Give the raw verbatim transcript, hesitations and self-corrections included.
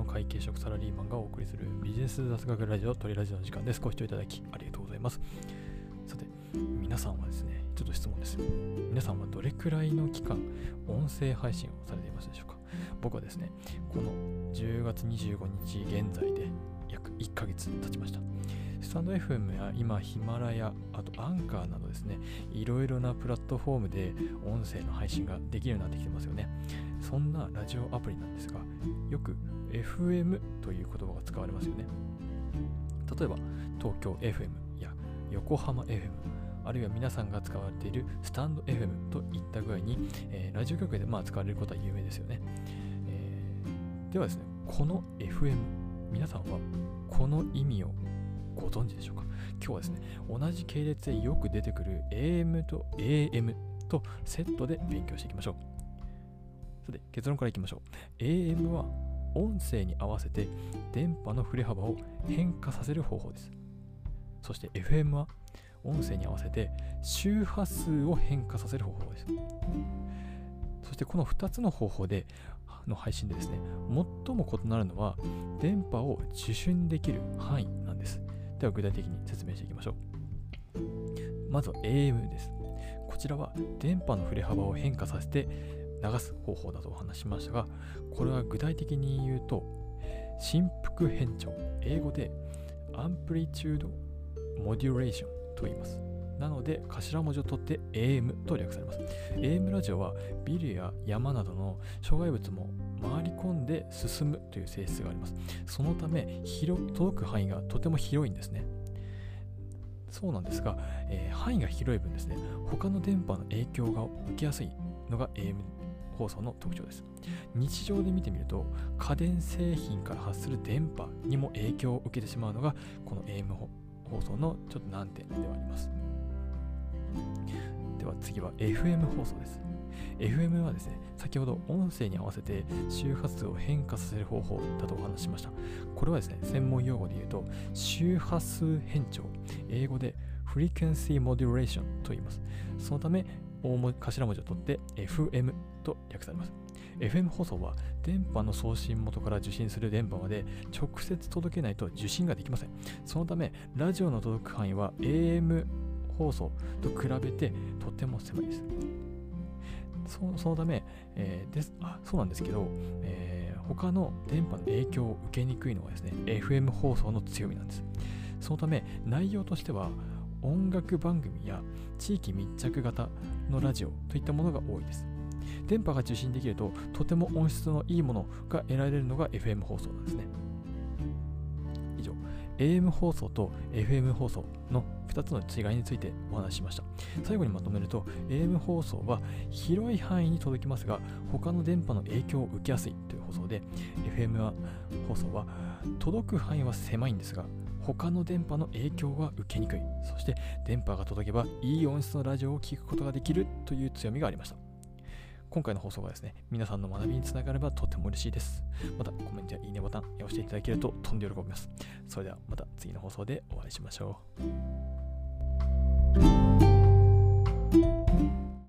会計職サラリーマンがお送りするビジネス雑学ラジオトリラジオの時間です。ご視聴いただきありがとうございます。さて、皆さんはですね、ちょっと質問です。皆さんはどれくらいの期間音声配信をされていますでしょうか。僕はですね、このじゅうがつにじゅうごにち現在で約いっかげつ経ちました。スタンド エフエム や今ヒマラヤ、あとアンカーなどですね、いろいろなプラットフォームで音声の配信ができるようになってきてますよね。そんなラジオアプリなんですが、よく エフエム という言葉が使われますよね。例えば東京 エフエム や横浜 エフエム、あるいは皆さんが使われているスタンド エフエム といった具合に、えー、ラジオ局でまあ使われることは有名ですよね。えー、ではですね、この エフエム、皆さんはこの意味をご存知でしょうか。今日はですね、同じ系列でよく出てくる エーエム と エーエム とセットで勉強していきましょう。さて、結論からいきましょう。 エーエム は音声に合わせて電波の振れ幅を変化させる方法です。そして エフエム は音声に合わせて周波数を変化させる方法です。そしてこのふたつの方法での配信でですね、最も異なるのは電波を受信できる範囲なんです。では具体的に説明していきましょう。まずは エーエム です。こちらは電波の振れ幅を変化させて流す方法だとお話しましたが、これは具体的に言うと振幅変調、英語でアンプリチュードモデュレーションと言います。なので頭文字を取って エーエム と略されます。 エーエム ラジオはビルや山などの障害物も回り込んで進むという性質があります。そのため広届く範囲がとても広いんですね。そうなんですが、えー、範囲が広い分ですね、他の電波の影響が受けやすいのが エーエム 放送の特徴です。日常で見てみると家電製品から発する電波にも影響を受けてしまうのがこの エーエム 放送のちょっと難点ではあります。では次は エフエム 放送です。 エフエム はですね、先ほど音声に合わせて周波数を変化させる方法だとお話ししました。これはですね、専門用語で言うと周波数変調、英語で Frequency Modulation と言います。そのため大文字頭文字を取って エフエム と略されます。 エフエム 放送は電波の送信元から受信する電波まで直接届けないと受信ができません。そのためラジオの届く範囲は エーエム 放送と比べてとても狭いです。そ, そのため、えー、ですあそうなんですけど、えー、他の電波の影響を受けにくいのがですね エフエム 放送の強みなんです。そのため内容としては音楽番組や地域密着型のラジオといったものが多いです。電波が受信できるととても音質のいいものが得られるのが エフエム 放送なんですね。以上、エーエム 放送と エフエム 放送のふたつの違いについてお話ししました。最後にまとめると エーエム 放送は広い範囲に届きますが他の電波の影響を受けやすいという放送で、 エフエム 放送は届く範囲は狭いんですが他の電波の影響は受けにくい、そして電波が届けばいい音質のラジオを聴くことができるという強みがありました。今回の放送がですね、皆さんの学びにつながればとても嬉しいです。またコメントやいいねボタン押していただけるととんで喜びます。それではまた次の放送でお会いしましょう。